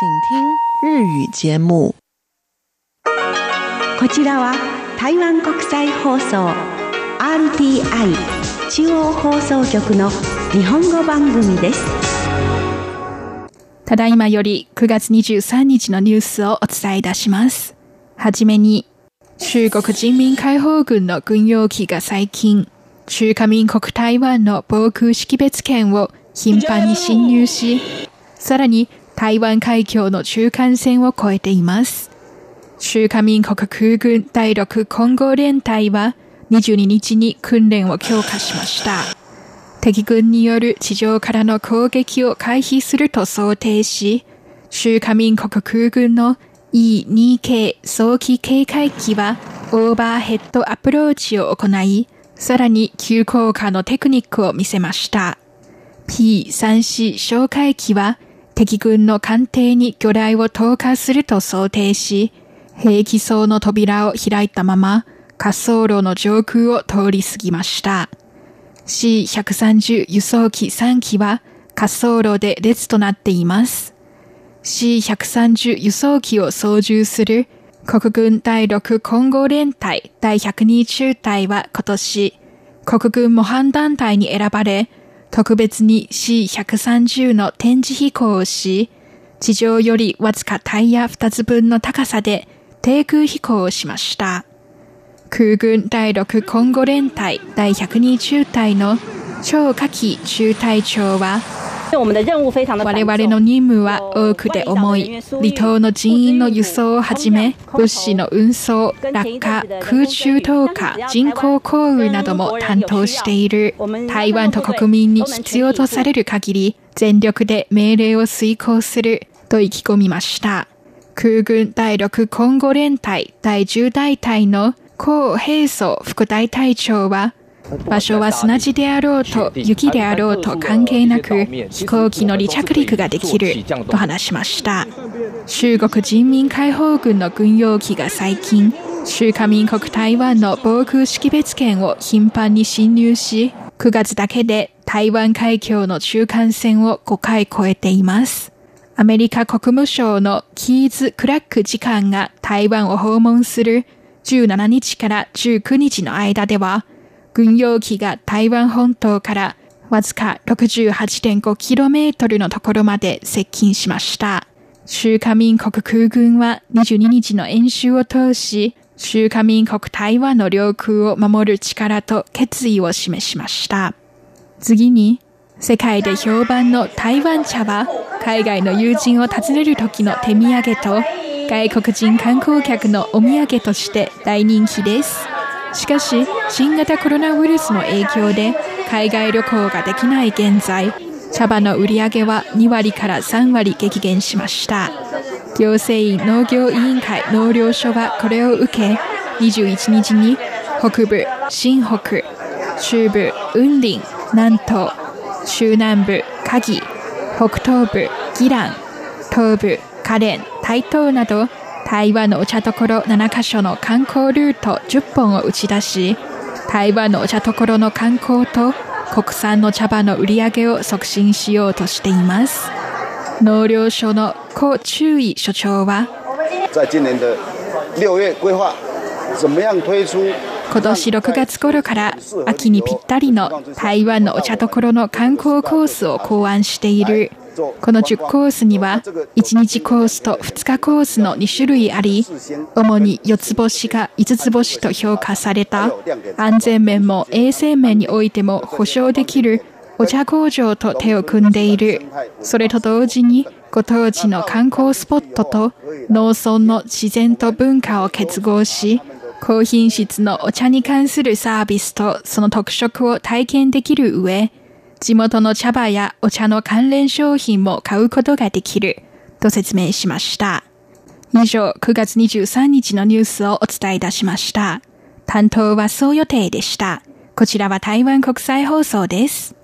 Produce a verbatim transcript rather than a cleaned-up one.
请听日语节目。 こちらは台湾国際放送 アールティーアイ 中央放送局の日本語番組です。 ただいまよりくがつにじゅうさんにちのニュースをお伝えいたします。はじめに、中国人民解放軍の軍用機が最近、中華民国台湾の防空識別圏を頻繁に侵入し、さらに台湾海峡の中間線を越えています。中華民国空軍だいろく混合連隊はにじゅうににちに訓練を強化しました。敵軍による地上からの攻撃を回避すると想定し、中華民国空軍の イーツーケー 早期警戒機はオーバーヘッドアプローチを行い、さらに急降下のテクニックを見せました。ピースリーシー 哨戒機は敵軍の艦艇に魚雷を投下すると想定し、兵器層の扉を開いたまま滑走路の上空を通り過ぎました。シーひゃくさんじゅう 輸送機さんきは滑走路で列となっています。シーひゃくさんじゅう 輸送機を操縦する国軍だいろく混合連隊だいひゃくに中隊は今年、国軍模範団体に選ばれ、特別に シーひゃくさんじゅう の展示飛行をし、地上よりわずかタイヤふたつぶんの高さで低空飛行をしました。空軍だいろく混合連隊だいひゃくに中隊の張家喜中隊長は、我々の任務は多くて重い。離島の人員の輸送をはじめ、物資の運送、落下、空中投下、人工降雨なども担当している。台湾と国民に必要とされる限り、全力で命令を遂行すると意気込みました。空軍だいろく混合連隊だいじゅう大隊の高平曹副大隊長は、場所は砂地であろうと雪であろうと関係なく飛行機の離着陸ができると話しました。中国人民解放軍の軍用機が最近、中華民国台湾の防空識別圏を頻繁に侵入し、くがつだけで台湾海峡の中間線をごかい越えています。アメリカ国務省のキーズ・クラック次官が台湾を訪問するじゅうしちにちからじゅうくにちの間では、軍用機が台湾本島からわずか ろくじゅうはちてんごキロメートル のところまで接近しました。中華民国空軍はにじゅうににちの演習を通し、中華民国台湾の領空を守る力と決意を示しました。次に、世界で評判の台湾茶は、海外の友人を訪ねる時の手土産と、外国人観光客のお土産として大人気です。しかし、新型コロナウイルスの影響で海外旅行ができない現在、茶葉の売り上げはにわりからさんわり激減しました。行政院農業委員会農糧署はこれを受け、にじゅういちにちに北部、新北、中部、雲林、南東、中南部、嘉義、北東部、宜蘭、東部、花蓮、台東など、台湾のお茶どころななかしょの観光ルートじゅっぽんを打ち出し、台湾のお茶どころの観光と国産の茶葉の売り上げを促進しようとしています。農糧署の顧忠義所長は、今年ろくがつ頃から秋にぴったりの台湾のお茶どころの観光コースを考案している。このじゅっコースにはいちにちコースとふつかコースのにしゅるいあり、主によっつ星かいつつ星と評価された、安全面も衛生面においても保証できるお茶工場と手を組んでいる。それと同時にご当地の観光スポットと農村の自然と文化を結合し、高品質のお茶に関するサービスとその特色を体験できる上、地元の茶葉やお茶の関連商品も買うことができると説明しました。以上、くがつにじゅうさんにちのニュースをお伝えいたしました。担当はそう予定でした。こちらは台湾国際放送です。